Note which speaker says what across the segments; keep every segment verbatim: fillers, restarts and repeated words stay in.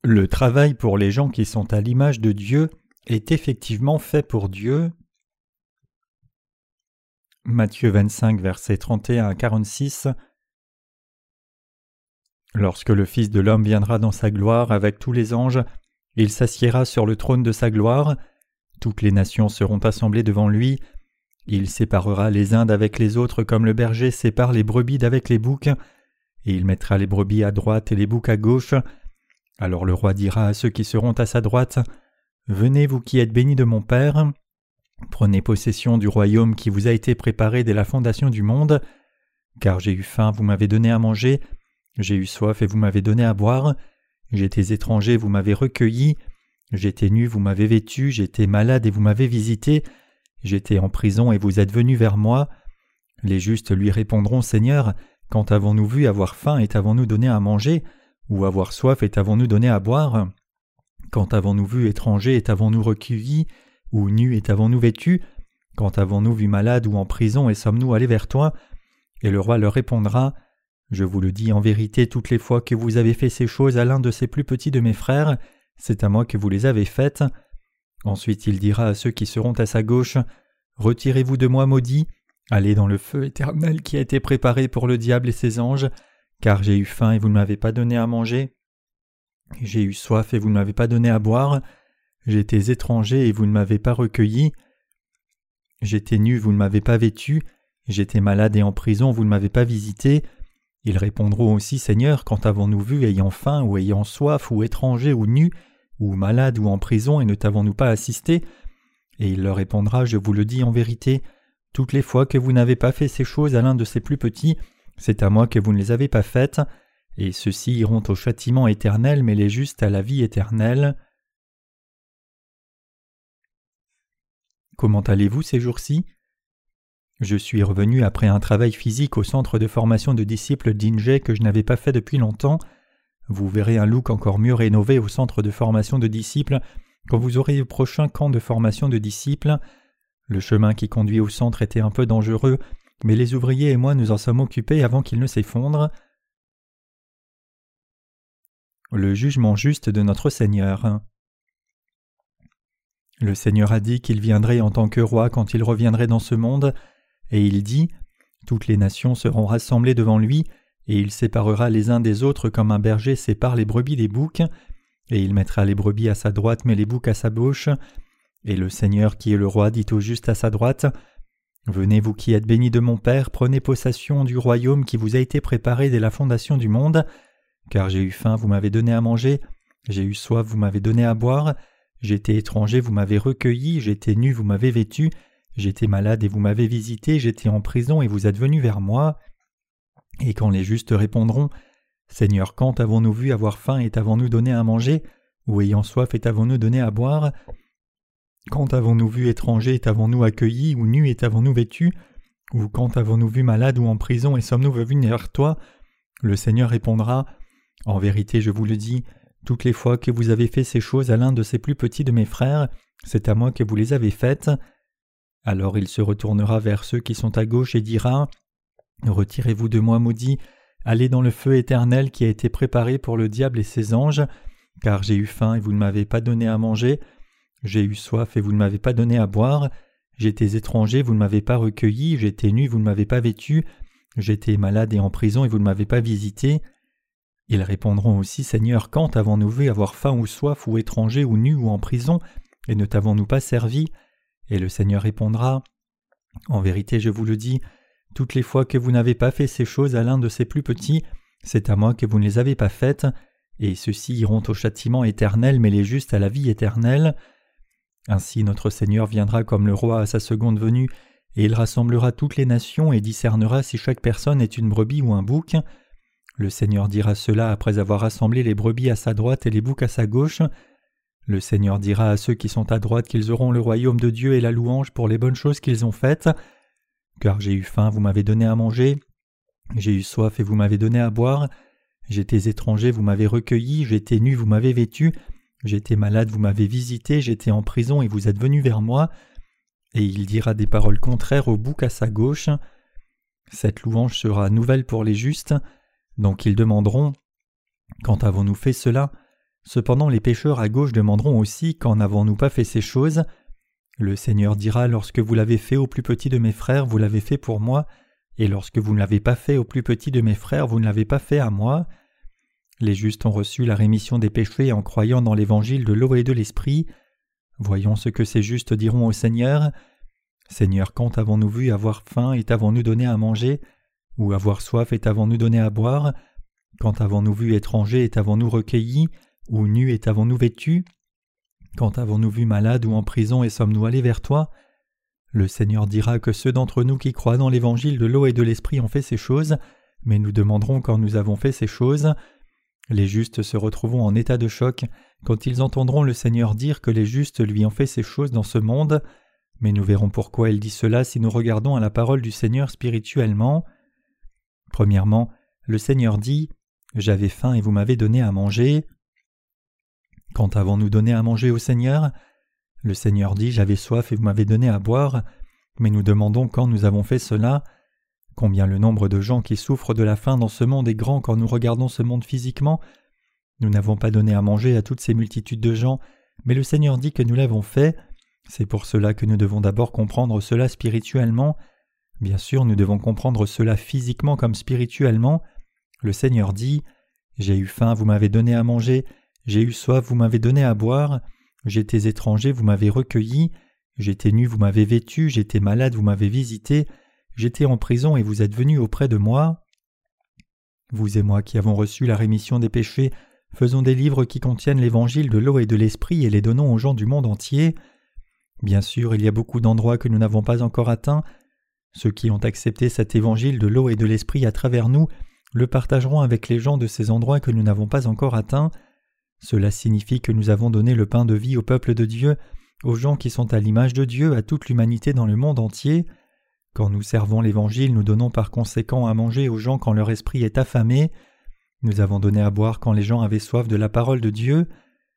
Speaker 1: Le travail pour les gens qui sont à l'image de Dieu est effectivement fait pour Dieu. Matthieu vingt-cinq, versets trente et un à quarante-six. Lorsque le Fils de l'homme viendra dans sa gloire avec tous les anges, il s'assiera sur le trône de sa gloire. Toutes les nations seront assemblées devant lui. Il séparera les uns d'avec les autres comme le berger sépare les brebis d'avec les boucs, et il mettra les brebis à droite et les boucs à gauche. Alors le roi dira à ceux qui seront à sa droite, « Venez, vous qui êtes bénis de mon Père, prenez possession du royaume qui vous a été préparé dès la fondation du monde, car j'ai eu faim, vous m'avez donné à manger, j'ai eu soif et vous m'avez donné à boire, j'étais étranger, vous m'avez recueilli, j'étais nu, vous m'avez vêtu, j'étais malade et vous m'avez visité, j'étais en prison et vous êtes venus vers moi. » Les justes lui répondront, « Seigneur, quand avons-nous vu avoir faim et t'avons-nous donné à manger, ou avoir soif et t'avons-nous donné à boire? Quand avons-nous vu étranger et t'avons-nous recueilli, ou nu et t'avons-nous vêtu? Quand avons-nous vu malade ou en prison et sommes-nous allés vers toi? » Et le roi leur répondra, « Je vous le dis en vérité, toutes les fois que vous avez fait ces choses à l'un de ces plus petits de mes frères, c'est à moi que vous les avez faites. » Ensuite il dira à ceux qui seront à sa gauche, « Retirez-vous de moi, maudits, allez dans le feu éternel qui a été préparé pour le diable et ses anges, car j'ai eu faim et vous ne m'avez pas donné à manger. J'ai eu soif et vous ne m'avez pas donné à boire. J'étais étranger et vous ne m'avez pas recueilli. J'étais nu, vous ne m'avez pas vêtu. J'étais malade et en prison, vous ne m'avez pas visité. » Ils répondront aussi, « Seigneur, quand avons-nous vu ayant faim ou ayant soif ou étranger ou nu, ou malade ou en prison et ne t'avons-nous pas assisté ?» Et il leur répondra, « Je vous le dis en vérité, toutes les fois que vous n'avez pas fait ces choses à l'un de ces plus petits, c'est à moi que vous ne les avez pas faites, et ceux-ci iront au châtiment éternel, mais les justes à la vie éternelle. » Comment allez-vous ces jours-ci? Je suis revenu après un travail physique au centre de formation de disciples d'Inje que je n'avais pas fait depuis longtemps. Vous verrez un look encore mieux rénové au centre de formation de disciples quand vous aurez le prochain camp de formation de disciples. Le chemin qui conduit au centre était un peu dangereux, mais les ouvriers et moi nous en sommes occupés avant qu'il ne s'effondre. Le jugement juste de notre Seigneur. Le Seigneur a dit qu'il viendrait en tant que roi quand il reviendrait dans ce monde, et il dit « Toutes les nations seront rassemblées devant lui, et il séparera les uns des autres comme un berger sépare les brebis des boucs, et il mettra les brebis à sa droite mais les boucs à sa gauche. Et le Seigneur qui est le roi dit au juste à sa droite, « Venez vous qui êtes bénis de mon Père, prenez possession du royaume qui vous a été préparé dès la fondation du monde, car j'ai eu faim, vous m'avez donné à manger, j'ai eu soif, vous m'avez donné à boire, j'étais étranger, vous m'avez recueilli, j'étais nu, vous m'avez vêtu, j'étais malade et vous m'avez visité, j'étais en prison et vous êtes venus vers moi. » Et quand les justes répondront, « Seigneur, quand avons-nous vu avoir faim et t'avons-nous donné à manger, ou ayant soif et t'avons-nous donné à boire? Quand avons-nous vu étranger et t'avons-nous accueilli, ou nu et t'avons-nous vêtu, ou quand avons-nous vu malade ou en prison et sommes-nous venus vers toi ?» Le Seigneur répondra, « En vérité, je vous le dis, toutes les fois que vous avez fait ces choses à l'un de ces plus petits de mes frères, c'est à moi que vous les avez faites. » Alors il se retournera vers ceux qui sont à gauche et dira, « Retirez-vous de moi, maudits, allez dans le feu éternel qui a été préparé pour le diable et ses anges, car j'ai eu faim et vous ne m'avez pas donné à manger, j'ai eu soif et vous ne m'avez pas donné à boire, j'étais étranger, vous ne m'avez pas recueilli, j'étais nu, vous ne m'avez pas vêtu, j'étais malade et en prison et vous ne m'avez pas visité. » Ils répondront aussi, « Seigneur, quand avons-nous vu avoir faim ou soif ou étranger ou nu ou en prison, et ne t'avons-nous pas servi ?» Et le Seigneur répondra, « En vérité, je vous le dis, toutes les fois que vous n'avez pas fait ces choses à l'un de ces plus petits, c'est à moi que vous ne les avez pas faites, et ceux-ci iront au châtiment éternel, mais les justes à la vie éternelle. » Ainsi notre Seigneur viendra comme le roi à sa seconde venue, et il rassemblera toutes les nations et discernera si chaque personne est une brebis ou un bouc. Le Seigneur dira cela après avoir rassemblé les brebis à sa droite et les boucs à sa gauche. Le Seigneur dira à ceux qui sont à droite qu'ils auront le royaume de Dieu et la louange pour les bonnes choses qu'ils ont faites. « Car j'ai eu faim, vous m'avez donné à manger, j'ai eu soif et vous m'avez donné à boire, j'étais étranger, vous m'avez recueilli, j'étais nu, vous m'avez vêtu, j'étais malade, vous m'avez visité, j'étais en prison et vous êtes venus vers moi. » Et il dira des paroles contraires au bouc à sa gauche. Cette louange sera nouvelle pour les justes. Donc ils demanderont, « Quand avons-nous fait cela ? Cependant les pécheurs à gauche demanderont aussi « Quand n'avons-nous pas fait ces choses ?» Le Seigneur dira « Lorsque vous l'avez fait au plus petit de mes frères, vous l'avez fait pour moi, et lorsque vous ne l'avez pas fait au plus petit de mes frères, vous ne l'avez pas fait à moi. » Les justes ont reçu la rémission des péchés en croyant dans l'évangile de l'eau et de l'esprit. Voyons ce que ces justes diront au Seigneur. « Seigneur, quand avons-nous vu avoir faim et t'avons-nous donné à manger, ou avoir soif et t'avons-nous donné à boire? Quand avons-nous vu étranger et t'avons-nous recueilli, ou nu et t'avons-nous vêtu? Quand avons-nous vu malade ou en prison et sommes-nous allés vers toi? » Le Seigneur dira que ceux d'entre nous qui croient dans l'évangile de l'eau et de l'esprit ont fait ces choses, mais nous demanderons quand nous avons fait ces choses. Les justes se retrouveront en état de choc quand ils entendront le Seigneur dire que les justes lui ont fait ces choses dans ce monde, mais nous verrons pourquoi il dit cela si nous regardons à la parole du Seigneur spirituellement. Premièrement, le Seigneur dit « J'avais faim et vous m'avez donné à manger ». Quand avons-nous donné à manger au Seigneur? Le Seigneur dit « J'avais soif et vous m'avez donné à boire », mais nous demandons quand nous avons fait cela. Combien le nombre de gens qui souffrent de la faim dans ce monde est grand quand nous regardons ce monde physiquement. Nous n'avons pas donné à manger à toutes ces multitudes de gens, mais le Seigneur dit que nous l'avons fait. C'est pour cela que nous devons d'abord comprendre cela spirituellement. Bien sûr, nous devons comprendre cela physiquement comme spirituellement. Le Seigneur dit « J'ai eu faim, vous m'avez donné à manger, j'ai eu soif, vous m'avez donné à boire, j'étais étranger, vous m'avez recueilli, j'étais nu, vous m'avez vêtu, j'étais malade, vous m'avez visité, j'étais en prison et vous êtes venus auprès de moi. » Vous et moi qui avons reçu la rémission des péchés, faisons des livres qui contiennent l'évangile de l'eau et de l'esprit et les donnons aux gens du monde entier. Bien sûr, il y a beaucoup d'endroits que nous n'avons pas encore atteints. Ceux qui ont accepté cet évangile de l'eau et de l'esprit à travers nous le partageront avec les gens de ces endroits que nous n'avons pas encore atteints. Cela signifie que nous avons donné le pain de vie au peuple de Dieu, aux gens qui sont à l'image de Dieu, à toute l'humanité dans le monde entier. Quand nous servons l'Évangile, nous donnons par conséquent à manger aux gens quand leur esprit est affamé. Nous avons donné à boire quand les gens avaient soif de la parole de Dieu.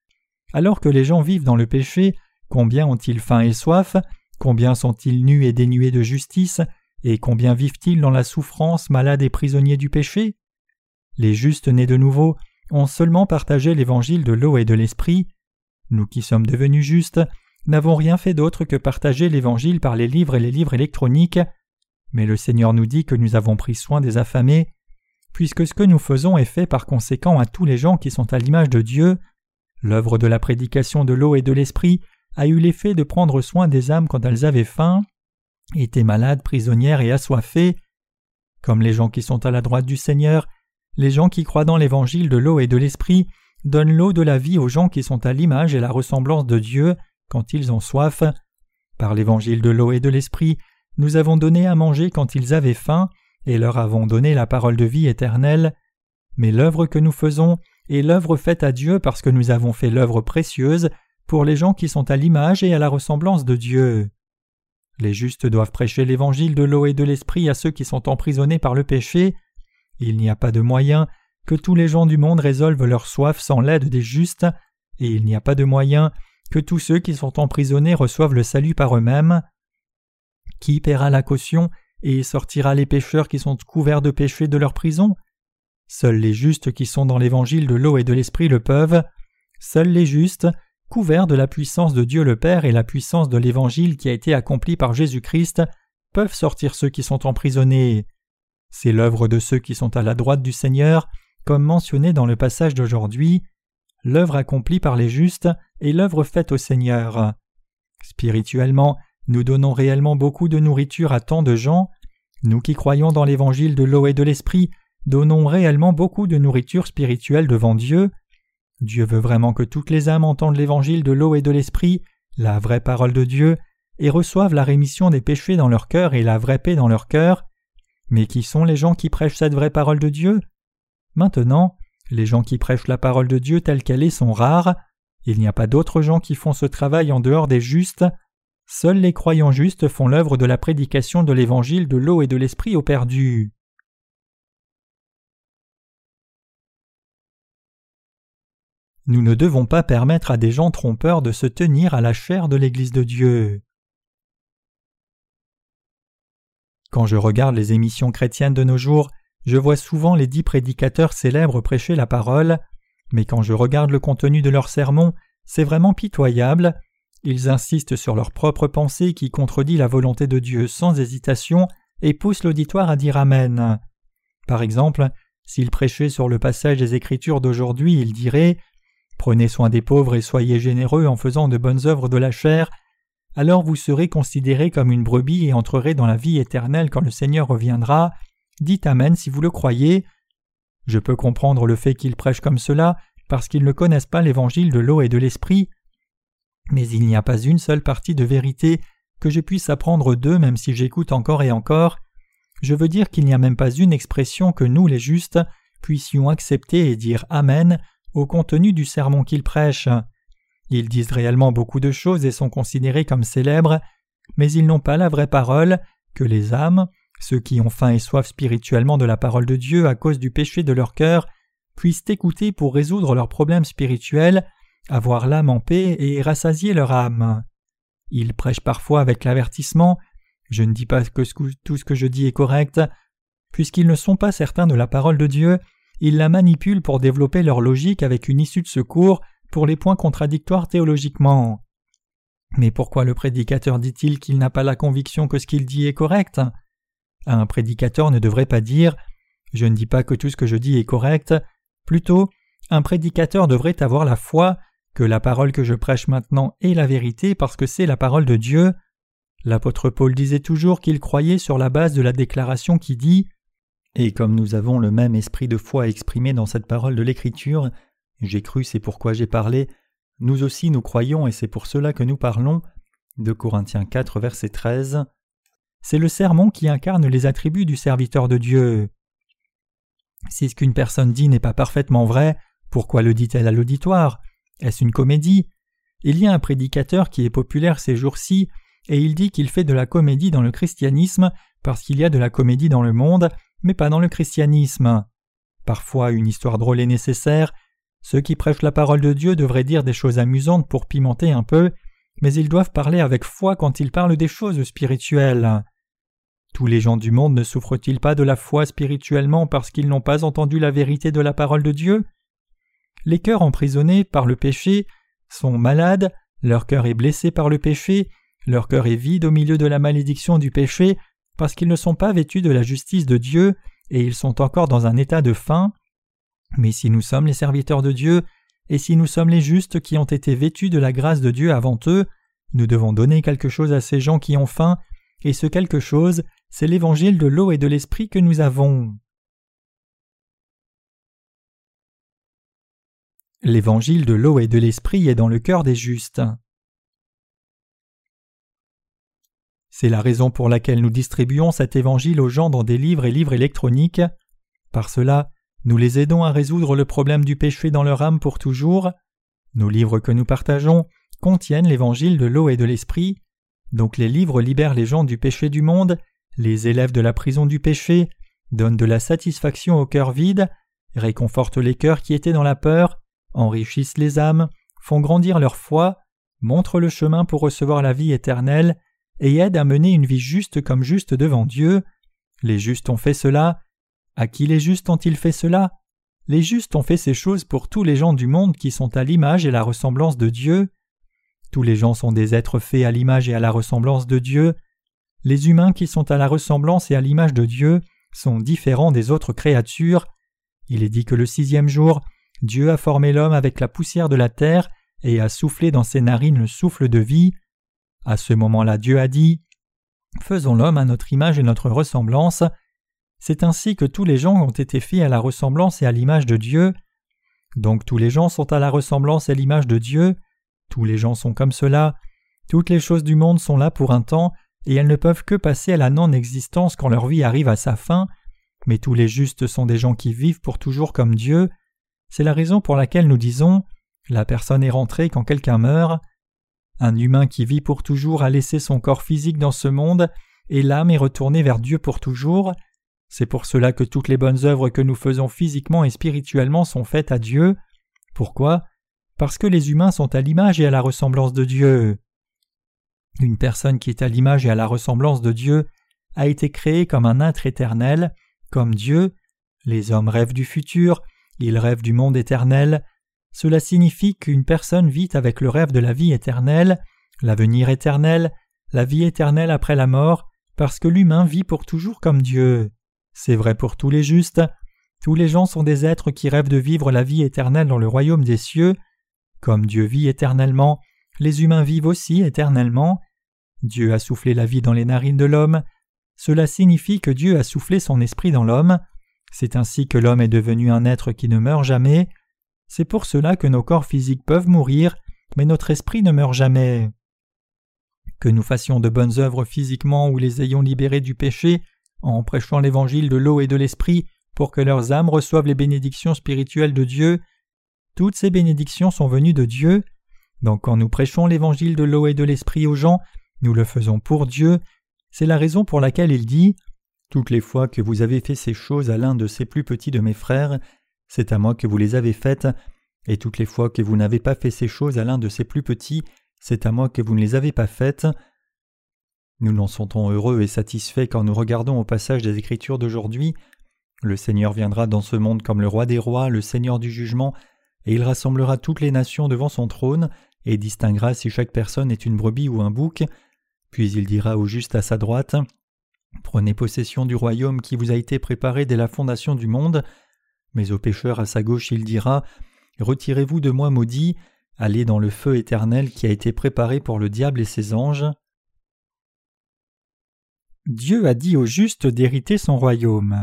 Speaker 1: Alors que les gens vivent dans le péché, combien ont-ils faim et soif? Combien sont-ils nus et dénués de justice? Et combien vivent-ils dans la souffrance, malades et prisonniers du péché? Les justes nés de nouveau ont seulement partagé l'évangile de l'eau et de l'esprit. Nous qui sommes devenus justes n'avons rien fait d'autre que partager l'évangile par les livres et les livres électroniques, mais le Seigneur nous dit que nous avons pris soin des affamés, puisque ce que nous faisons est fait par conséquent à tous les gens qui sont à l'image de Dieu. L'œuvre de la prédication de l'eau et de l'esprit a eu l'effet de prendre soin des âmes quand elles avaient faim, étaient malades, prisonnières et assoiffées. Comme les gens qui sont à la droite du Seigneur, les gens qui croient dans l'évangile de l'eau et de l'esprit donnent l'eau de la vie aux gens qui sont à l'image et la ressemblance de Dieu quand ils ont soif. Par l'évangile de l'eau et de l'esprit, nous avons donné à manger quand ils avaient faim et leur avons donné la parole de vie éternelle. Mais l'œuvre que nous faisons est l'œuvre faite à Dieu parce que nous avons fait l'œuvre précieuse pour les gens qui sont à l'image et à la ressemblance de Dieu. Les justes doivent prêcher l'évangile de l'eau et de l'esprit à ceux qui sont emprisonnés par le péché. Il n'y a pas de moyen que tous les gens du monde résolvent leur soif sans l'aide des justes, et il n'y a pas de moyen que tous ceux qui sont emprisonnés reçoivent le salut par eux-mêmes. Qui paiera la caution et sortira les pécheurs qui sont couverts de péché de leur prison? Seuls les justes qui sont dans l'évangile de l'eau et de l'esprit le peuvent. Seuls les justes, couverts de la puissance de Dieu le Père et la puissance de l'évangile qui a été accompli par Jésus-Christ, peuvent sortir ceux qui sont emprisonnés. C'est l'œuvre de ceux qui sont à la droite du Seigneur, comme mentionné dans le passage d'aujourd'hui. L'œuvre accomplie par les justes est l'œuvre faite au Seigneur. Spirituellement, nous donnons réellement beaucoup de nourriture à tant de gens. Nous qui croyons dans l'évangile de l'eau et de l'esprit, donnons réellement beaucoup de nourriture spirituelle devant Dieu. Dieu veut vraiment que toutes les âmes entendent l'évangile de l'eau et de l'esprit, la vraie parole de Dieu, et reçoivent la rémission des péchés dans leur cœur et la vraie paix dans leur cœur. Mais qui sont les gens qui prêchent cette vraie parole de Dieu? Maintenant, les gens qui prêchent la parole de Dieu telle qu'elle est sont rares. Il n'y a pas d'autres gens qui font ce travail en dehors des justes. Seuls les croyants justes font l'œuvre de la prédication de l'évangile de l'eau et de l'esprit aux perdus. Nous ne devons pas permettre à des gens trompeurs de se tenir à la chair de l'Église de Dieu. Quand je regarde les émissions chrétiennes de nos jours, je vois souvent les dix prédicateurs célèbres prêcher la parole. mais quand je regarde le contenu de leurs sermons, c'est vraiment pitoyable. Ils insistent sur leur propre pensée qui contredit la volonté de Dieu sans hésitation et poussent l'auditoire à dire Amen. Par exemple, s'ils prêchaient sur le passage des Écritures d'aujourd'hui, ils diraient « Prenez soin des pauvres et soyez généreux en faisant de bonnes œuvres de la chair, alors vous serez considérés comme une brebis et entrerez dans la vie éternelle quand le Seigneur reviendra. Dites Amen si vous le croyez. » Je peux comprendre le fait qu'ils prêchent comme cela parce qu'ils ne connaissent pas l'évangile de l'eau et de l'esprit, mais il n'y a pas une seule partie de vérité que je puisse apprendre d'eux même si j'écoute encore et encore. Je veux dire qu'il n'y a même pas une expression que nous, les justes, puissions accepter et dire Amen au contenu du sermon qu'ils prêchent. Ils disent réellement beaucoup de choses et sont considérés comme célèbres, mais ils n'ont pas la vraie parole, que les âmes, ceux qui ont faim et soif spirituellement de la parole de Dieu à cause du péché de leur cœur, puissent écouter pour résoudre leurs problèmes spirituels, avoir l'âme en paix et rassasier leur âme. Ils prêchent parfois avec l'avertissement « Je ne dis pas que tout ce que je dis est correct ». Puisqu'ils ne sont pas certains de la parole de Dieu, ils la manipulent pour développer leur logique avec une issue de secours pour les points contradictoires théologiquement. Mais pourquoi le prédicateur dit-il qu'il n'a pas la conviction que ce qu'il dit est correct ? Un prédicateur ne devrait pas dire « Je ne dis pas que tout ce que je dis est correct », plutôt, un prédicateur devrait avoir la foi que la parole que je prêche maintenant est la vérité parce que c'est la parole de Dieu. L'apôtre Paul disait toujours qu'il croyait sur la base de la déclaration qui dit « Et comme nous avons le même esprit de foi exprimé dans cette parole de l'Écriture, j'ai cru, c'est pourquoi j'ai parlé, nous aussi nous croyons et c'est pour cela que nous parlons. » deux Corinthiens quatre, verset treize. C'est le sermon qui incarne les attributs du serviteur de Dieu. Si ce qu'une personne dit n'est pas parfaitement vrai, pourquoi le dit-elle à l'auditoire ? Est-ce une comédie ? Il y a un prédicateur qui est populaire ces jours-ci, et il dit qu'il fait de la comédie dans le christianisme parce qu'il y a de la comédie dans le monde, mais pas dans le christianisme. Parfois, une histoire drôle est nécessaire. Ceux qui prêchent la parole de Dieu devraient dire des choses amusantes pour pimenter un peu, mais ils doivent parler avec foi quand ils parlent des choses spirituelles. Tous les gens du monde ne souffrent-ils pas de la foi spirituellement parce qu'ils n'ont pas entendu la vérité de la parole de Dieu ? Les cœurs emprisonnés par le péché sont malades, leur cœur est blessé par le péché, leur cœur est vide au milieu de la malédiction du péché parce qu'ils ne sont pas vêtus de la justice de Dieu et ils sont encore dans un état de faim. Mais si nous sommes les serviteurs de Dieu, et si nous sommes les justes qui ont été vêtus de la grâce de Dieu avant eux, nous devons donner quelque chose à ces gens qui ont faim, et ce quelque chose, c'est l'évangile de l'eau et de l'esprit que nous avons. L'évangile de l'eau et de l'esprit est dans le cœur des justes. C'est la raison pour laquelle nous distribuons cet évangile aux gens dans des livres et livres électroniques. Par cela, nous les aidons à résoudre le problème du péché dans leur âme pour toujours. Nos livres que nous partageons contiennent l'évangile de l'eau et de l'esprit. Donc les livres libèrent les gens du péché du monde, les élèvent de la prison du péché, donnent de la satisfaction aux cœurs vides, réconfortent les cœurs qui étaient dans la peur, enrichissent les âmes, font grandir leur foi, montrent le chemin pour recevoir la vie éternelle et aident à mener une vie juste comme juste devant Dieu. Les justes ont fait cela. À qui les justes ont-ils fait cela ? Les justes ont fait ces choses pour tous les gens du monde qui sont à l'image et la ressemblance de Dieu. Tous les gens sont des êtres faits à l'image et à la ressemblance de Dieu. Les humains qui sont à la ressemblance et à l'image de Dieu sont différents des autres créatures. Il est dit que le sixième jour, Dieu a formé l'homme avec la poussière de la terre et a soufflé dans ses narines le souffle de vie. À ce moment-là, Dieu a dit « Faisons l'homme à notre image et notre ressemblance ». C'est ainsi que tous les gens ont été faits à la ressemblance et à l'image de Dieu. Donc tous les gens sont à la ressemblance et à l'image de Dieu. Tous les gens sont comme cela. Toutes les choses du monde sont là pour un temps, et elles ne peuvent que passer à la non-existence quand leur vie arrive à sa fin. Mais tous les justes sont des gens qui vivent pour toujours comme Dieu. C'est la raison pour laquelle nous disons « La personne est rentrée quand quelqu'un meurt ». Un humain qui vit pour toujours a laissé son corps physique dans ce monde, et l'âme est retournée vers Dieu pour toujours. C'est pour cela que toutes les bonnes œuvres que nous faisons physiquement et spirituellement sont faites à Dieu. Pourquoi ? Parce que les humains sont à l'image et à la ressemblance de Dieu. Une personne qui est à l'image et à la ressemblance de Dieu a été créée comme un être éternel, comme Dieu. Les hommes rêvent du futur, ils rêvent du monde éternel, Cela signifie qu'une personne vit avec le rêve de la vie éternelle, l'avenir éternel, la vie éternelle après la mort, parce que l'humain vit pour toujours comme Dieu. C'est vrai pour tous les justes. Tous les gens sont des êtres qui rêvent de vivre la vie éternelle dans le royaume des cieux. Comme Dieu vit éternellement, les humains vivent aussi éternellement. Dieu a soufflé la vie dans les narines de l'homme. Cela signifie que Dieu a soufflé son esprit dans l'homme. C'est ainsi que l'homme est devenu un être qui ne meurt jamais. C'est pour cela que nos corps physiques peuvent mourir, mais notre esprit ne meurt jamais. Que nous fassions de bonnes œuvres physiquement ou les ayons libérés du péché, en prêchant l'évangile de l'eau et de l'esprit pour que leurs âmes reçoivent les bénédictions spirituelles de Dieu, toutes ces bénédictions sont venues de Dieu. Donc quand nous prêchons l'évangile de l'eau et de l'esprit aux gens, nous le faisons pour Dieu. C'est la raison pour laquelle il dit « Toutes les fois que vous avez fait ces choses à l'un de ces plus petits de mes frères, c'est à moi que vous les avez faites, et toutes les fois que vous n'avez pas fait ces choses à l'un de ces plus petits, c'est à moi que vous ne les avez pas faites. » Nous n'en sentons heureux et satisfaits quand nous regardons au passage des Écritures d'aujourd'hui. Le Seigneur viendra dans ce monde comme le roi des rois, le Seigneur du jugement, et il rassemblera toutes les nations devant son trône et distinguera si chaque personne est une brebis ou un bouc. Puis il dira au juste à sa droite « Prenez possession du royaume qui vous a été préparé dès la fondation du monde. » Mais au pécheur à sa gauche il dira « Retirez-vous de moi maudit, allez dans le feu éternel qui a été préparé pour le diable et ses anges. » Dieu a dit aux justes d'hériter son royaume.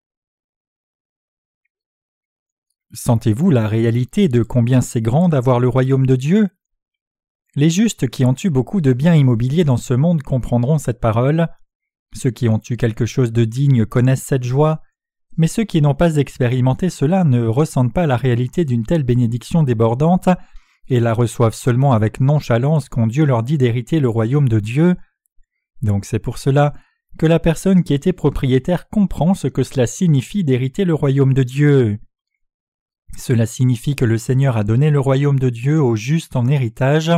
Speaker 1: Sentez-vous la réalité de combien c'est grand d'avoir le royaume de Dieu? Les justes qui ont eu beaucoup de biens immobiliers dans ce monde comprendront cette parole. Ceux qui ont eu quelque chose de digne connaissent cette joie, mais ceux qui n'ont pas expérimenté cela ne ressentent pas la réalité d'une telle bénédiction débordante et la reçoivent seulement avec nonchalance quand Dieu leur dit d'hériter le royaume de Dieu. Donc c'est pour cela que la personne qui était propriétaire comprend ce que cela signifie d'hériter le royaume de Dieu. Cela signifie que le Seigneur a donné le royaume de Dieu aux justes en héritage.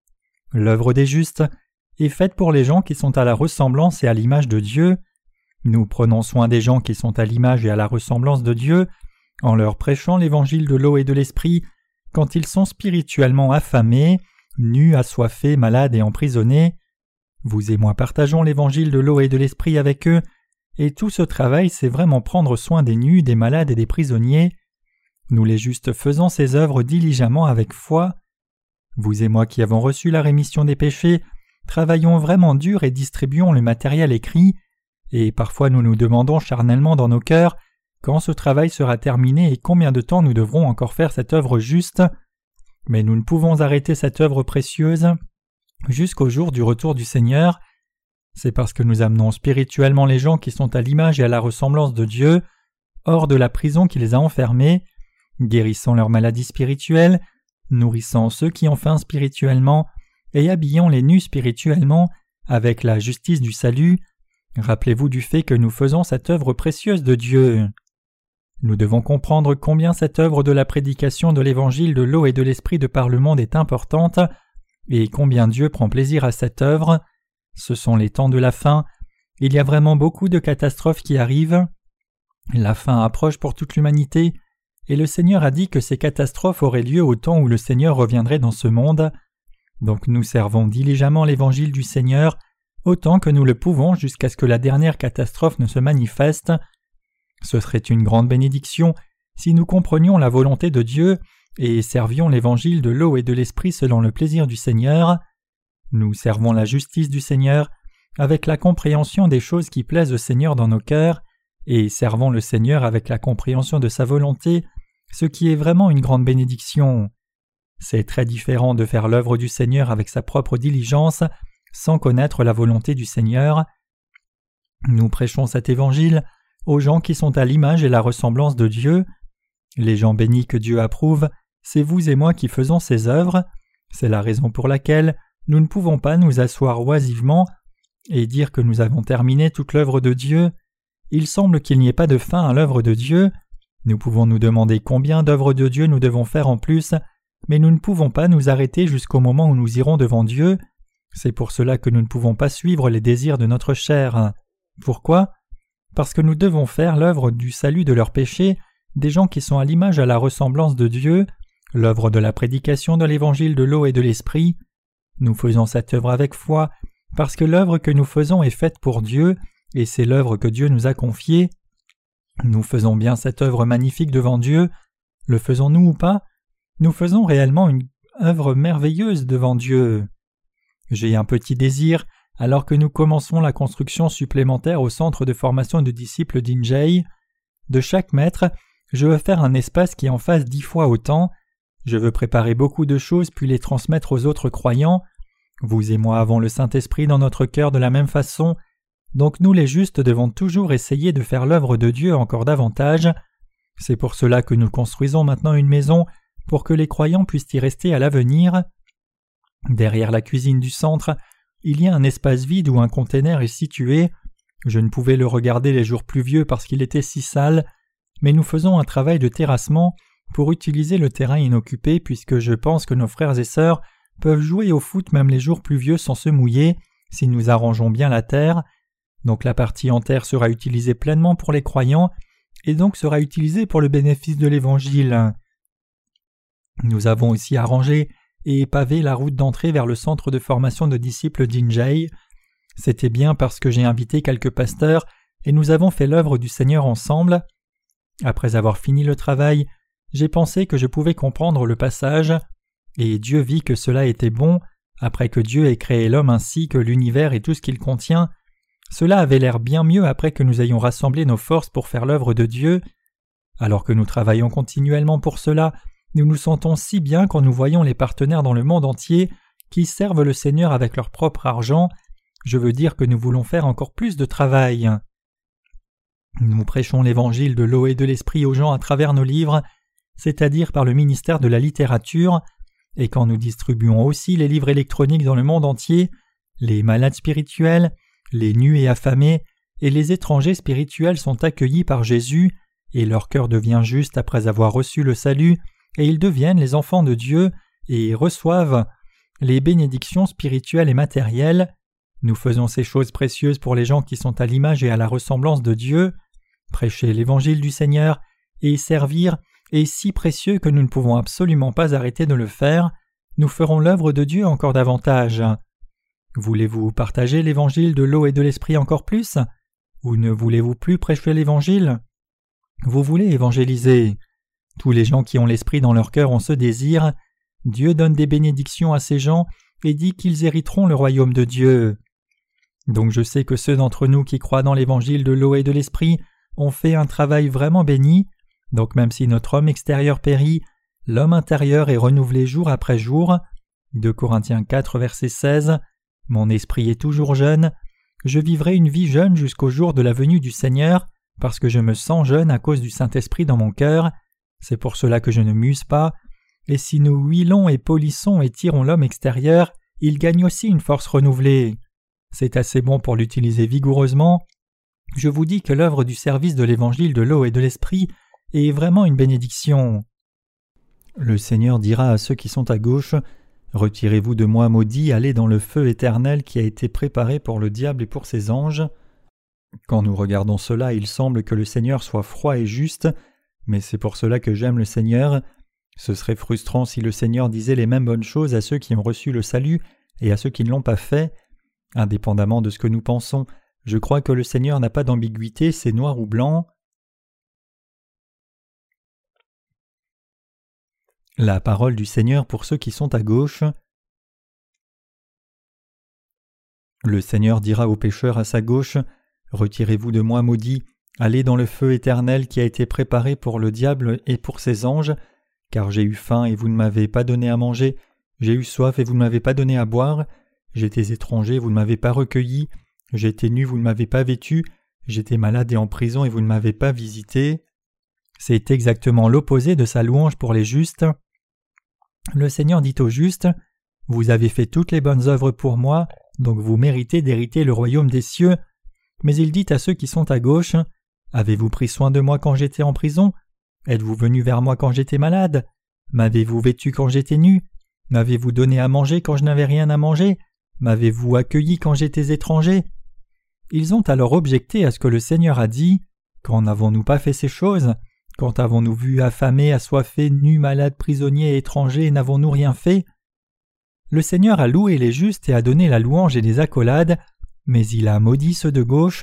Speaker 1: L'œuvre des justes est faite pour les gens qui sont à la ressemblance et à l'image de Dieu. Nous prenons soin des gens qui sont à l'image et à la ressemblance de Dieu en leur prêchant l'évangile de l'eau et de l'esprit quand ils sont spirituellement affamés, nus, assoiffés, malades et emprisonnés. Vous et moi partageons l'évangile de l'eau et de l'esprit avec eux, et tout ce travail c'est vraiment prendre soin des nus, des malades et des prisonniers. Nous les justes faisons ces œuvres diligemment avec foi. Vous et moi qui avons reçu la rémission des péchés, travaillons vraiment dur et distribuons le matériel écrit, et parfois nous nous demandons charnellement dans nos cœurs quand ce travail sera terminé et combien de temps nous devrons encore faire cette œuvre juste. Mais nous ne pouvons arrêter cette œuvre précieuse jusqu'au jour du retour du Seigneur. C'est parce que nous amenons spirituellement les gens qui sont à l'image et à la ressemblance de Dieu hors de la prison qui les a enfermés, guérissant leurs maladies spirituelles, nourrissant ceux qui ont faim spirituellement et habillant les nus spirituellement avec la justice du salut. Rappelez-vous du fait que nous faisons cette œuvre précieuse de Dieu. Nous devons comprendre combien cette œuvre de la prédication de l'évangile de l'eau et de l'esprit de par le monde est importante et combien Dieu prend plaisir à cette œuvre. Ce sont les temps de la fin. Il y a vraiment beaucoup de catastrophes qui arrivent. La fin approche pour toute l'humanité et le Seigneur a dit que ces catastrophes auraient lieu au temps où le Seigneur reviendrait dans ce monde. Donc nous servons diligemment l'évangile du Seigneur autant que nous le pouvons jusqu'à ce que la dernière catastrophe ne se manifeste. Ce serait une grande bénédiction si nous comprenions la volonté de Dieu et servions l'évangile de l'eau et de l'esprit selon le plaisir du Seigneur. Nous servons la justice du Seigneur avec la compréhension des choses qui plaisent au Seigneur dans nos cœurs et servons le Seigneur avec la compréhension de sa volonté, ce qui est vraiment une grande bénédiction. C'est très différent de faire l'œuvre du Seigneur avec sa propre diligence sans connaître la volonté du Seigneur. Nous prêchons cet évangile aux gens qui sont à l'image et la ressemblance de Dieu. Les gens bénis que Dieu approuve, c'est vous et moi qui faisons ces œuvres. C'est la raison pour laquelle nous ne pouvons pas nous asseoir oisivement et dire que nous avons terminé toute l'œuvre de Dieu. Il semble qu'il n'y ait pas de fin à l'œuvre de Dieu. Nous pouvons nous demander combien d'œuvres de Dieu nous devons faire en plus, mais nous ne pouvons pas nous arrêter jusqu'au moment où nous irons devant Dieu. C'est pour cela que nous ne pouvons pas suivre les désirs de notre chair. Pourquoi ? Parce que nous devons faire l'œuvre du salut de leurs péchés, des gens qui sont à l'image à la ressemblance de Dieu, l'œuvre de la prédication de l'évangile de l'eau et de l'esprit. Nous faisons cette œuvre avec foi, parce que l'œuvre que nous faisons est faite pour Dieu, et c'est l'œuvre que Dieu nous a confiée. Nous faisons bien cette œuvre magnifique devant Dieu. Le faisons-nous ou pas? Nous faisons réellement une œuvre merveilleuse devant Dieu. J'ai un petit désir, alors que nous commençons la construction supplémentaire au centre de formation de disciples d'Injay. De chaque mètre, je veux faire un espace qui en fasse dix fois autant. Je veux préparer beaucoup de choses puis les transmettre aux autres croyants. Vous et moi avons le Saint-Esprit dans notre cœur de la même façon, donc nous les justes devons toujours essayer de faire l'œuvre de Dieu encore davantage. C'est pour cela que nous construisons maintenant une maison, pour que les croyants puissent y rester à l'avenir. Derrière la cuisine du centre, il y a un espace vide où un conteneur est situé. Je ne pouvais le regarder les jours pluvieux parce qu'il était si sale, mais nous faisons un travail de terrassement pour utiliser le terrain inoccupé puisque je pense que nos frères et sœurs peuvent jouer au foot même les jours pluvieux sans se mouiller si nous arrangeons bien la terre. Donc la partie en terre sera utilisée pleinement pour les croyants et donc sera utilisée pour le bénéfice de l'Évangile. Nous avons aussi arrangé et pavé la route d'entrée vers le centre de formation de disciples d'Injay. C'était bien parce que j'ai invité quelques pasteurs et nous avons fait l'œuvre du Seigneur ensemble. Après avoir fini le travail, j'ai pensé que je pouvais comprendre le passage, et Dieu vit que cela était bon, après que Dieu ait créé l'homme ainsi que l'univers et tout ce qu'il contient. Cela avait l'air bien mieux après que nous ayons rassemblé nos forces pour faire l'œuvre de Dieu. Alors que nous travaillons continuellement pour cela, nous nous sentons si bien quand nous voyons les partenaires dans le monde entier qui servent le Seigneur avec leur propre argent. Je veux dire que nous voulons faire encore plus de travail. Nous prêchons l'évangile de l'eau et de l'esprit aux gens à travers nos livres, c'est-à-dire par le ministère de la littérature, et quand nous distribuons aussi les livres électroniques dans le monde entier, les malades spirituels, les nus et affamés, et les étrangers spirituels sont accueillis par Jésus, et leur cœur devient juste après avoir reçu le salut, et ils deviennent les enfants de Dieu, et reçoivent les bénédictions spirituelles et matérielles. Nous faisons ces choses précieuses pour les gens qui sont à l'image et à la ressemblance de Dieu. Prêcher l'évangile du Seigneur et servir est si précieux que nous ne pouvons absolument pas arrêter de le faire. Nous ferons l'œuvre de Dieu encore davantage. Voulez-vous partager l'évangile de l'eau et de l'esprit encore plus? Ou ne voulez-vous plus prêcher l'évangile? Vous voulez évangéliser. Tous les gens qui ont l'esprit dans leur cœur ont ce désir. Dieu donne des bénédictions à ces gens et dit qu'ils hériteront le royaume de Dieu. Donc je sais que ceux d'entre nous qui croient dans l'évangile de l'eau et de l'esprit ont fait un travail vraiment béni, donc même si notre homme extérieur périt, l'homme intérieur est renouvelé jour après jour. deux Corinthiens quatre, verset seize. Mon esprit est toujours jeune. Je vivrai une vie jeune jusqu'au jour de la venue du Seigneur, parce que je me sens jeune à cause du Saint-Esprit dans mon cœur. C'est pour cela que je ne m'use pas. Et si nous huilons et polissons et tirons l'homme extérieur, il gagne aussi une force renouvelée. C'est assez bon pour l'utiliser vigoureusement. Je vous dis que l'œuvre du service de l'évangile de l'eau et de l'esprit est vraiment une bénédiction. Le Seigneur dira à ceux qui sont à gauche, « Retirez-vous de moi, maudits, allez dans le feu éternel qui a été préparé pour le diable et pour ses anges. » Quand nous regardons cela, il semble que le Seigneur soit froid et juste, mais c'est pour cela que j'aime le Seigneur. Ce serait frustrant si le Seigneur disait les mêmes bonnes choses à ceux qui ont reçu le salut et à ceux qui ne l'ont pas fait. Indépendamment de ce que nous pensons, je crois que le Seigneur n'a pas d'ambiguïté, c'est noir ou blanc. La parole du Seigneur pour ceux qui sont à gauche. Le Seigneur dira aux pécheurs à sa gauche, « Retirez-vous de moi, maudits, allez dans le feu éternel qui a été préparé pour le diable et pour ses anges, car j'ai eu faim et vous ne m'avez pas donné à manger, j'ai eu soif et vous ne m'avez pas donné à boire, j'étais étranger, vous ne m'avez pas recueilli, j'étais nu, vous ne m'avez pas vêtu, j'étais malade et en prison et vous ne m'avez pas visité. » C'est exactement l'opposé de sa louange pour les justes. Le Seigneur dit aux justes, « Vous avez fait toutes les bonnes œuvres pour moi, donc vous méritez d'hériter le royaume des cieux. » Mais il dit à ceux qui sont à gauche, « Avez-vous pris soin de moi quand j'étais en prison? Êtes-vous venu vers moi quand j'étais malade? M'avez-vous vêtu quand j'étais nu? M'avez-vous donné à manger quand je n'avais rien à manger? M'avez-vous accueilli quand j'étais étranger? » Ils ont alors objecté à ce que le Seigneur a dit, « Quand n'avons-nous pas fait ces choses? Quand avons-nous vu affamés, assoiffés, nus, malades, prisonniers et étrangers, et n'avons-nous rien fait? Le Seigneur a loué les justes et a donné la louange et des accolades, mais il a maudit ceux de gauche.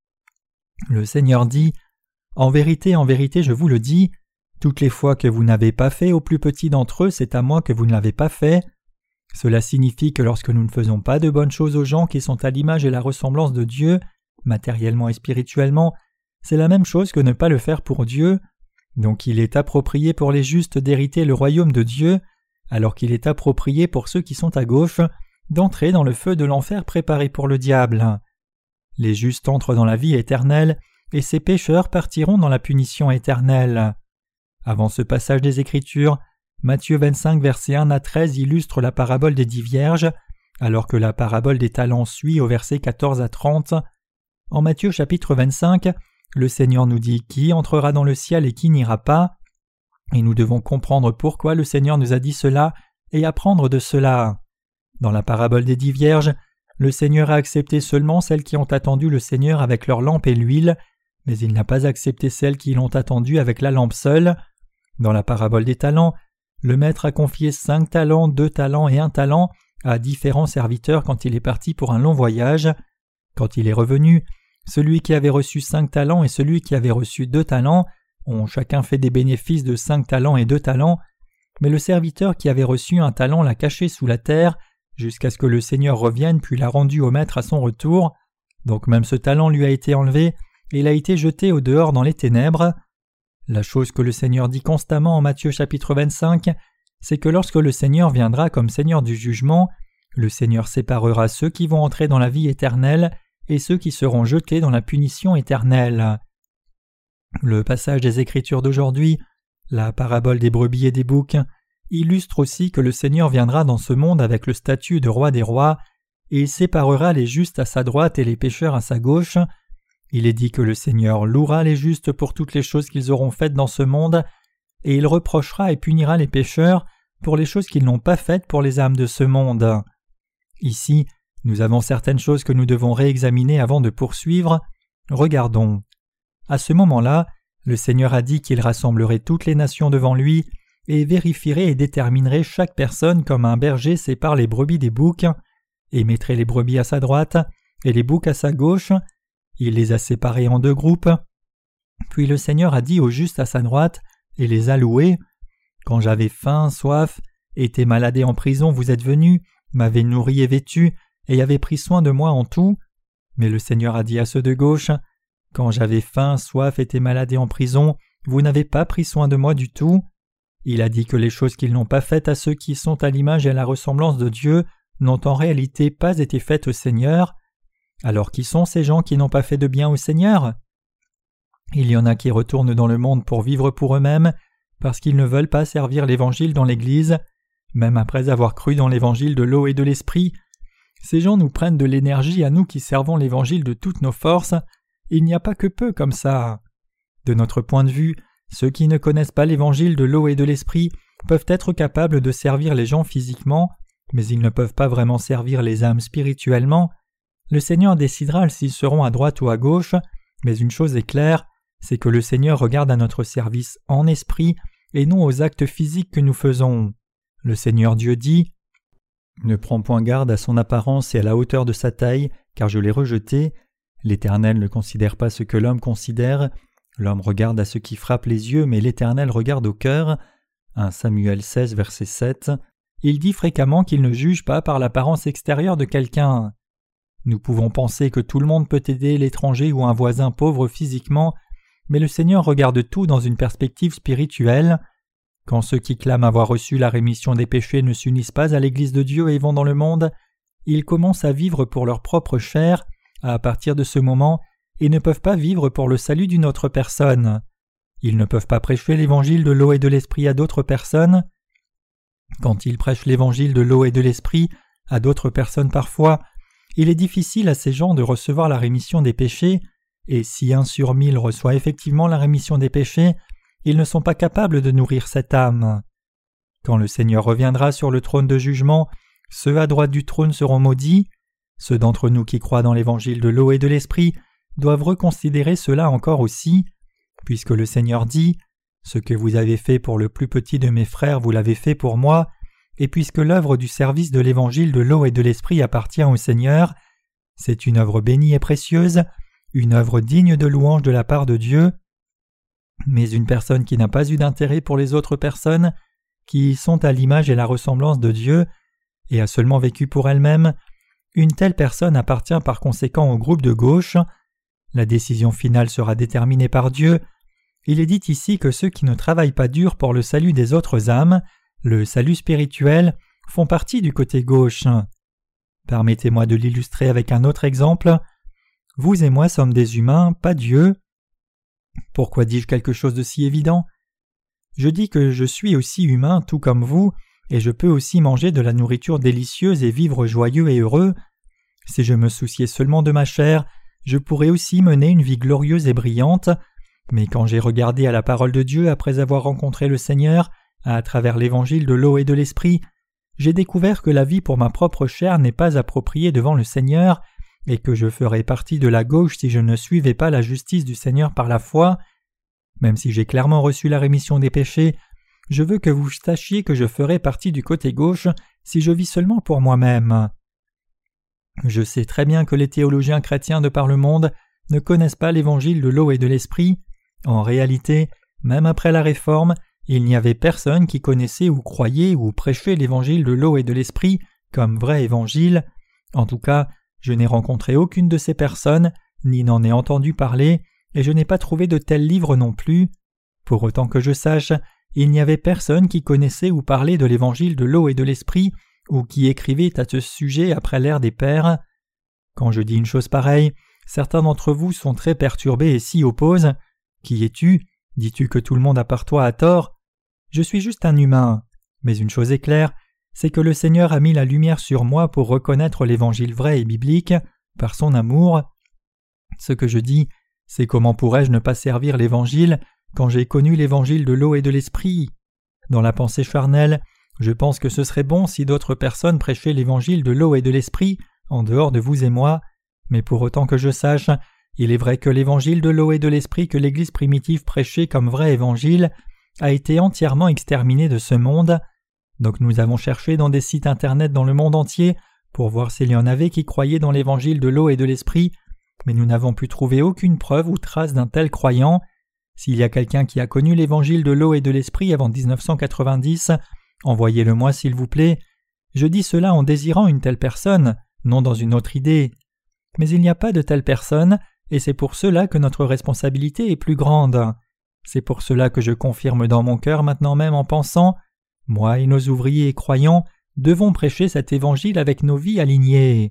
Speaker 1: Le Seigneur dit « En vérité, en vérité, je vous le dis, toutes les fois que vous n'avez pas fait au plus petit d'entre eux, c'est à moi que vous ne l'avez pas fait. » Cela signifie que lorsque nous ne faisons pas de bonnes choses aux gens qui sont à l'image et la ressemblance de Dieu, matériellement et spirituellement, c'est la même chose que ne pas le faire pour Dieu. Donc il est approprié pour les justes d'hériter le royaume de Dieu, alors qu'il est approprié pour ceux qui sont à gauche d'entrer dans le feu de l'enfer préparé pour le diable. Les justes entrent dans la vie éternelle, et ces pécheurs partiront dans la punition éternelle. Avant ce passage des Écritures, Matthieu vingt-cinq, versets un à treize illustre la parabole des dix vierges, alors que la parabole des talents suit au verset quatorze à trente. En Matthieu chapitre vingt-cinq, le Seigneur nous dit qui entrera dans le ciel et qui n'ira pas, et nous devons comprendre pourquoi le Seigneur nous a dit cela et apprendre de cela. Dans la parabole des dix vierges, le Seigneur a accepté seulement celles qui ont attendu le Seigneur avec leur lampe et l'huile, mais il n'a pas accepté celles qui l'ont attendu avec la lampe seule. Dans la parabole des talents, le maître a confié cinq talents, deux talents et un talent à différents serviteurs quand il est parti pour un long voyage. Quand il est revenu, celui qui avait reçu cinq talents et celui qui avait reçu deux talents ont chacun fait des bénéfices de cinq talents et deux talents, mais le serviteur qui avait reçu un talent l'a caché sous la terre jusqu'à ce que le Seigneur revienne puis l'a rendu au maître à son retour. Donc même ce talent lui a été enlevé et il a été jeté au dehors dans les ténèbres. La chose que le Seigneur dit constamment en Matthieu chapitre vingt-cinq, c'est que lorsque le Seigneur viendra comme Seigneur du jugement, le Seigneur séparera ceux qui vont entrer dans la vie éternelle et ceux qui seront jetés dans la punition éternelle. Le passage des Écritures d'aujourd'hui, la parabole des brebis et des boucs, illustre aussi que le Seigneur viendra dans ce monde avec le statut de roi des rois, et il séparera les justes à sa droite et les pécheurs à sa gauche. Il est dit que le Seigneur louera les justes pour toutes les choses qu'ils auront faites dans ce monde, et il reprochera et punira les pécheurs pour les choses qu'ils n'ont pas faites pour les âmes de ce monde. Ici, nous avons certaines choses que nous devons réexaminer avant de poursuivre. Regardons. À ce moment-là, le Seigneur a dit qu'il rassemblerait toutes les nations devant lui et vérifierait et déterminerait chaque personne comme un berger sépare les brebis des boucs, et mettrait les brebis à sa droite et les boucs à sa gauche. Il les a séparés en deux groupes. Puis le Seigneur a dit aux justes à sa droite et les a loués. Quand j'avais faim, soif, été malade et en prison, vous êtes venus, m'avez nourri et vêtu, et avez pris soin de moi en tout. Mais le Seigneur a dit à ceux de gauche, quand j'avais faim, soif, été malade et en prison, vous n'avez pas pris soin de moi du tout. Il a dit que les choses qu'ils n'ont pas faites à ceux qui sont à l'image et à la ressemblance de Dieu n'ont en réalité pas été faites au Seigneur. Alors qui sont ces gens qui n'ont pas fait de bien au Seigneur? Il y en a qui retournent dans le monde pour vivre pour eux-mêmes, parce qu'ils ne veulent pas servir l'Évangile dans l'Église, même après avoir cru dans l'Évangile de l'eau et de l'Esprit. Ces gens nous prennent de l'énergie à nous qui servons l'Évangile de toutes nos forces. Il n'y a pas que peu comme ça. De notre point de vue, ceux qui ne connaissent pas l'Évangile de l'eau et de l'Esprit peuvent être capables de servir les gens physiquement, mais ils ne peuvent pas vraiment servir les âmes spirituellement. Le Seigneur décidera s'ils seront à droite ou à gauche, mais une chose est claire, c'est que le Seigneur regarde à notre service en esprit et non aux actes physiques que nous faisons. Le Seigneur Dieu dit « Ne prends point garde à son apparence et à la hauteur de sa taille, car je l'ai rejeté. L'Éternel ne considère pas ce que l'homme considère. L'homme regarde à ce qui frappe les yeux, mais l'Éternel regarde au cœur. » premier Samuel seize, verset sept. Il dit fréquemment qu'il ne juge pas par l'apparence extérieure de quelqu'un. Nous pouvons penser que tout le monde peut aider l'étranger ou un voisin pauvre physiquement, mais le Seigneur regarde tout dans une perspective spirituelle. Quand ceux qui clament avoir reçu la rémission des péchés ne s'unissent pas à l'Église de Dieu et vont dans le monde, ils commencent à vivre pour leur propre chair, à partir de ce moment, et ne peuvent pas vivre pour le salut d'une autre personne. Ils ne peuvent pas prêcher l'évangile de l'eau et de l'esprit à d'autres personnes. Quand ils prêchent l'évangile de l'eau et de l'esprit à d'autres personnes parfois, il est difficile à ces gens de recevoir la rémission des péchés, et si un sur mille reçoit effectivement la rémission des péchés, ils ne sont pas capables de nourrir cette âme. Quand le Seigneur reviendra sur le trône de jugement, ceux à droite du trône seront maudits. Ceux d'entre nous qui croient dans l'évangile de l'eau et de l'esprit doivent reconsidérer cela encore aussi, puisque le Seigneur dit Ce que vous avez fait pour le plus petit de mes frères, vous l'avez fait pour moi, et puisque l'œuvre du service de l'évangile de l'eau et de l'esprit appartient au Seigneur, c'est une œuvre bénie et précieuse, une œuvre digne de louange de la part de Dieu. Mais une personne qui n'a pas eu d'intérêt pour les autres personnes, qui sont à l'image et la ressemblance de Dieu, et a seulement vécu pour elle-même, une telle personne appartient par conséquent au groupe de gauche. La décision finale sera déterminée par Dieu. Il est dit ici que ceux qui ne travaillent pas dur pour le salut des autres âmes, le salut spirituel, font partie du côté gauche. Permettez-moi de l'illustrer avec un autre exemple. Vous et moi sommes des humains, pas Dieu. Pourquoi dis-je quelque chose de si évident ? Je dis que je suis aussi humain tout comme vous, et je peux aussi manger de la nourriture délicieuse et vivre joyeux et heureux. Si je me souciais seulement de ma chair, je pourrais aussi mener une vie glorieuse et brillante, mais quand j'ai regardé à la parole de Dieu après avoir rencontré le Seigneur, à travers l'évangile de l'eau et de l'esprit, j'ai découvert que la vie pour ma propre chair n'est pas appropriée devant le Seigneur, et que je ferais partie de la gauche si je ne suivais pas la justice du Seigneur par la foi. Même si j'ai clairement reçu la rémission des péchés, je veux que vous sachiez que je ferai partie du côté gauche si je vis seulement pour moi-même. Je sais très bien que les théologiens chrétiens de par le monde ne connaissent pas l'évangile de l'eau et de l'esprit. En réalité, même après la Réforme, il n'y avait personne qui connaissait ou croyait ou prêchait l'évangile de l'eau et de l'esprit comme vrai évangile. En tout cas, je n'ai rencontré aucune de ces personnes, ni n'en ai entendu parler, et je n'ai pas trouvé de tels livres non plus. Pour autant que je sache, il n'y avait personne qui connaissait ou parlait de l'évangile de l'eau et de l'esprit, ou qui écrivait à ce sujet après l'ère des pères. Quand je dis une chose pareille, certains d'entre vous sont très perturbés et s'y opposent. Qui es-tu ? Dis-tu que tout le monde à part toi a tort ? Je suis juste un humain. Mais une chose est claire, c'est que le Seigneur a mis la lumière sur moi pour reconnaître l'évangile vrai et biblique, par son amour. Ce que je dis, c'est comment pourrais-je ne pas servir l'évangile quand j'ai connu l'évangile de l'eau et de l'esprit ? Dans la pensée charnelle, je pense que ce serait bon si d'autres personnes prêchaient l'évangile de l'eau et de l'esprit en dehors de vous et moi, mais pour autant que je sache, il est vrai que l'évangile de l'eau et de l'esprit que l'Église primitive prêchait comme vrai évangile a été entièrement exterminé de ce monde. Donc nous avons cherché dans des sites internet dans le monde entier pour voir s'il y en avait qui croyaient dans l'évangile de l'eau et de l'esprit, mais nous n'avons pu trouver aucune preuve ou trace d'un tel croyant. S'il y a quelqu'un qui a connu l'évangile de l'eau et de l'esprit avant dix-neuf cent quatre-vingt-dix, envoyez-le-moi s'il vous plaît. Je dis cela en désirant une telle personne, non dans une autre idée. Mais il n'y a pas de telle personne, et c'est pour cela que notre responsabilité est plus grande. C'est pour cela que je confirme dans mon cœur maintenant même en pensant, moi et nos ouvriers et croyants devons prêcher cet évangile avec nos vies alignées.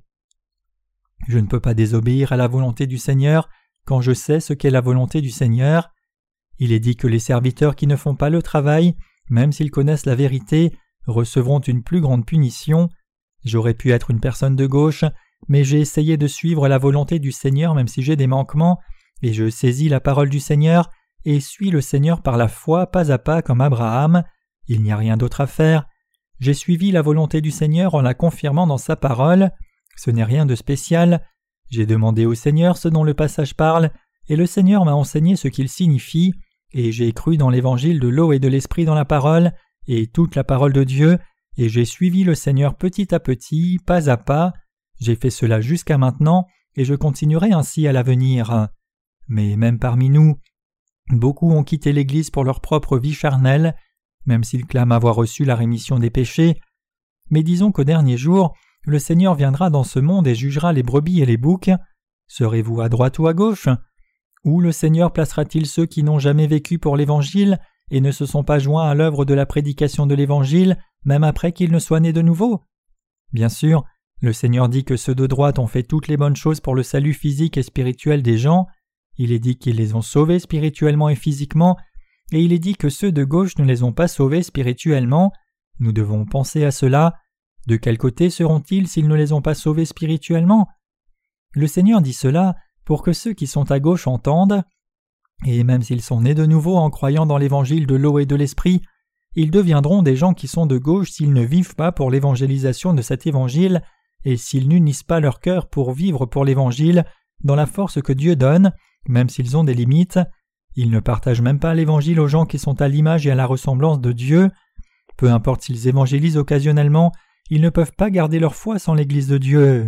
Speaker 1: Je ne peux pas désobéir à la volonté du Seigneur quand je sais ce qu'est la volonté du Seigneur. Il est dit que les serviteurs qui ne font pas le travail, même s'ils connaissent la vérité, recevront une plus grande punition. J'aurais pu être une personne de gauche, mais j'ai essayé de suivre la volonté du Seigneur même si j'ai des manquements, et je saisis la parole du Seigneur et suis le Seigneur par la foi pas à pas comme Abraham. Il n'y a rien d'autre à faire. J'ai suivi la volonté du Seigneur en la confirmant dans sa parole. Ce n'est rien de spécial. J'ai demandé au Seigneur ce dont le passage parle, et le Seigneur m'a enseigné ce qu'il signifie, et j'ai cru dans l'évangile de l'eau et de l'esprit dans la parole, et toute la parole de Dieu, et j'ai suivi le Seigneur petit à petit, pas à pas. J'ai fait cela jusqu'à maintenant, et je continuerai ainsi à l'avenir. Mais même parmi nous, beaucoup ont quitté l'Église pour leur propre vie charnelle, même s'ils clament avoir reçu la rémission des péchés. Mais disons qu'au dernier jour, le Seigneur viendra dans ce monde et jugera les brebis et les boucs. Serez-vous à droite ou à gauche ? Où le Seigneur placera-t-il ceux qui n'ont jamais vécu pour l'Évangile et ne se sont pas joints à l'œuvre de la prédication de l'Évangile, même après qu'ils ne soient nés de nouveau ? Bien sûr, le Seigneur dit que ceux de droite ont fait toutes les bonnes choses pour le salut physique et spirituel des gens. Il est dit qu'ils les ont sauvés spirituellement et physiquement, et il est dit que ceux de gauche ne les ont pas sauvés spirituellement. Nous devons penser à cela. De quel côté seront-ils s'ils ne les ont pas sauvés spirituellement ? Le Seigneur dit cela pour que ceux qui sont à gauche entendent, et même s'ils sont nés de nouveau en croyant dans l'évangile de l'eau et de l'esprit, ils deviendront des gens qui sont de gauche s'ils ne vivent pas pour l'évangélisation de cet évangile et s'ils n'unissent pas leur cœur pour vivre pour l'évangile dans la force que Dieu donne, même s'ils ont des limites. Ils ne partagent même pas l'Évangile aux gens qui sont à l'image et à la ressemblance de Dieu. Peu importe s'ils évangélisent occasionnellement, ils ne peuvent pas garder leur foi sans l'Église de Dieu.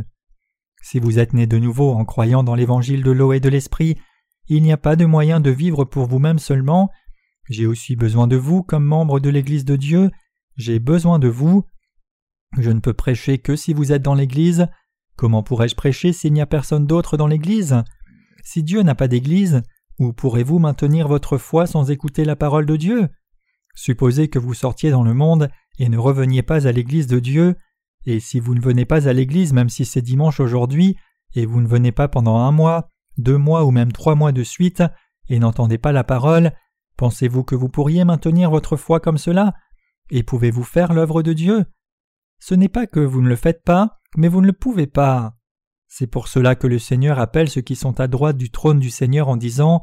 Speaker 1: Si vous êtes né de nouveau en croyant dans l'Évangile de l'eau et de l'Esprit, il n'y a pas de moyen de vivre pour vous-même seulement. J'ai aussi besoin de vous comme membre de l'Église de Dieu. J'ai besoin de vous. Je ne peux prêcher que si vous êtes dans l'Église. Comment pourrais-je prêcher s'il n'y a personne d'autre dans l'Église? Si Dieu n'a pas d'Église, où pourrez-vous maintenir votre foi sans écouter la parole de Dieu? Supposez que vous sortiez dans le monde et ne reveniez pas à l'Église de Dieu, et si vous ne venez pas à l'Église même si c'est dimanche aujourd'hui, et vous ne venez pas pendant un mois, deux mois ou même trois mois de suite, et n'entendez pas la parole, pensez-vous que vous pourriez maintenir votre foi comme cela? Et pouvez-vous faire l'œuvre de Dieu? Ce n'est pas que vous ne le faites pas, mais vous ne le pouvez pas. C'est pour cela que le Seigneur appelle ceux qui sont à droite du trône du Seigneur en disant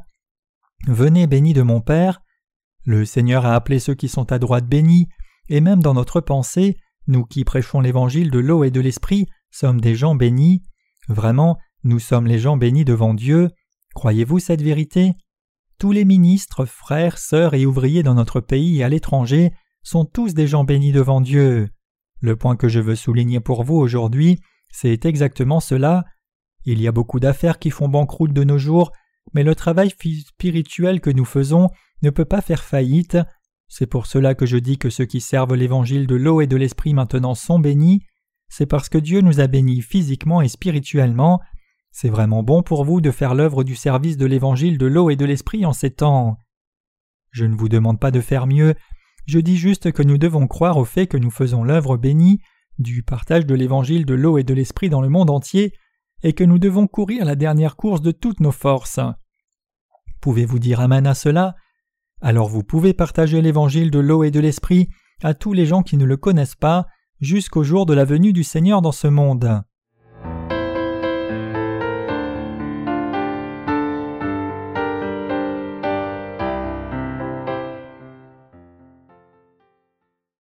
Speaker 1: « Venez bénis de mon Père ». Le Seigneur a appelé ceux qui sont à droite bénis, et même dans notre pensée, nous qui prêchons l'évangile de l'eau et de l'esprit sommes des gens bénis. Vraiment, nous sommes les gens bénis devant Dieu. Croyez-vous cette vérité? Tous les ministres, frères, sœurs et ouvriers dans notre pays et à l'étranger sont tous des gens bénis devant Dieu. Le point que je veux souligner pour vous aujourd'hui, c'est exactement cela. Il y a beaucoup d'affaires qui font banqueroute de nos jours, mais le travail spirituel que nous faisons ne peut pas faire faillite. C'est pour cela que je dis que ceux qui servent l'évangile de l'eau et de l'esprit maintenant sont bénis. C'est parce que Dieu nous a bénis physiquement et spirituellement. C'est vraiment bon pour vous de faire l'œuvre du service de l'évangile de l'eau et de l'esprit en ces temps. Je ne vous demande pas de faire mieux, je dis juste que nous devons croire au fait que nous faisons l'œuvre bénie du partage de l'évangile de l'eau et de l'esprit dans le monde entier et que nous devons courir la dernière course de toutes nos forces. Pouvez-vous dire amen à cela? Alors vous pouvez partager l'évangile de l'eau et de l'esprit à tous les gens qui ne le connaissent pas jusqu'au jour de la venue du Seigneur dans ce monde.